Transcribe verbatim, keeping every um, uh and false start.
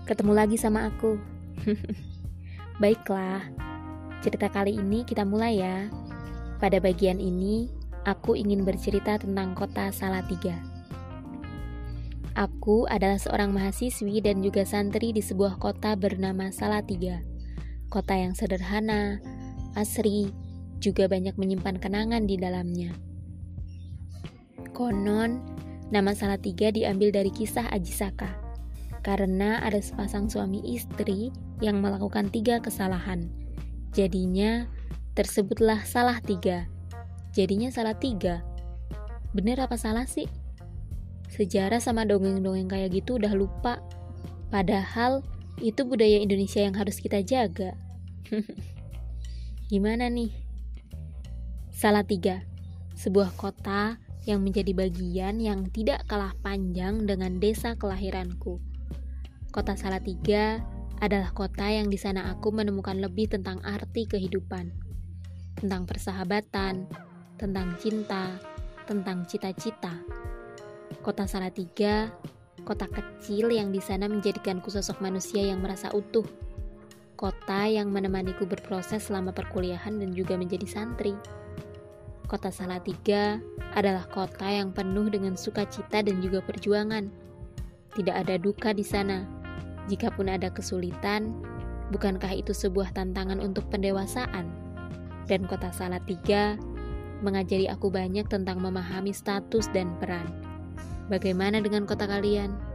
ketemu lagi sama aku. Baiklah, cerita kali ini kita mulai ya. Pada bagian ini, aku ingin bercerita tentang kota Salatiga. Aku adalah seorang mahasiswi dan juga santri di sebuah kota bernama Salatiga. Kota yang sederhana, asri, juga banyak menyimpan kenangan di dalamnya. Konon, nama Salatiga diambil dari kisah Aji Saka, karena ada sepasang suami istri yang melakukan tiga kesalahan. Jadinya, tersebutlah Salatiga. Jadinya Salatiga. Bener apa salah sih? Sejarah sama dongeng-dongeng kayak gitu udah lupa. Padahal itu budaya Indonesia yang harus kita jaga. Gimana nih? Salatiga, sebuah kota yang menjadi bagian yang tidak kalah panjang dengan desa kelahiranku. Kota Salatiga adalah kota yang di sana aku menemukan lebih tentang arti kehidupan, tentang persahabatan, tentang cinta, tentang cita-cita. Kota Salatiga, kota kecil yang di sana menjadikanku sosok manusia yang merasa utuh. Kota yang menemaniku berproses selama perkuliahan dan juga menjadi santri. Kota Salatiga adalah kota yang penuh dengan sukacita dan juga perjuangan. Tidak ada duka di sana. Jikapun ada kesulitan, bukankah itu sebuah tantangan untuk pendewasaan? Dan kota Salatiga mengajari aku banyak tentang memahami status dan peran. Bagaimana dengan kota kalian?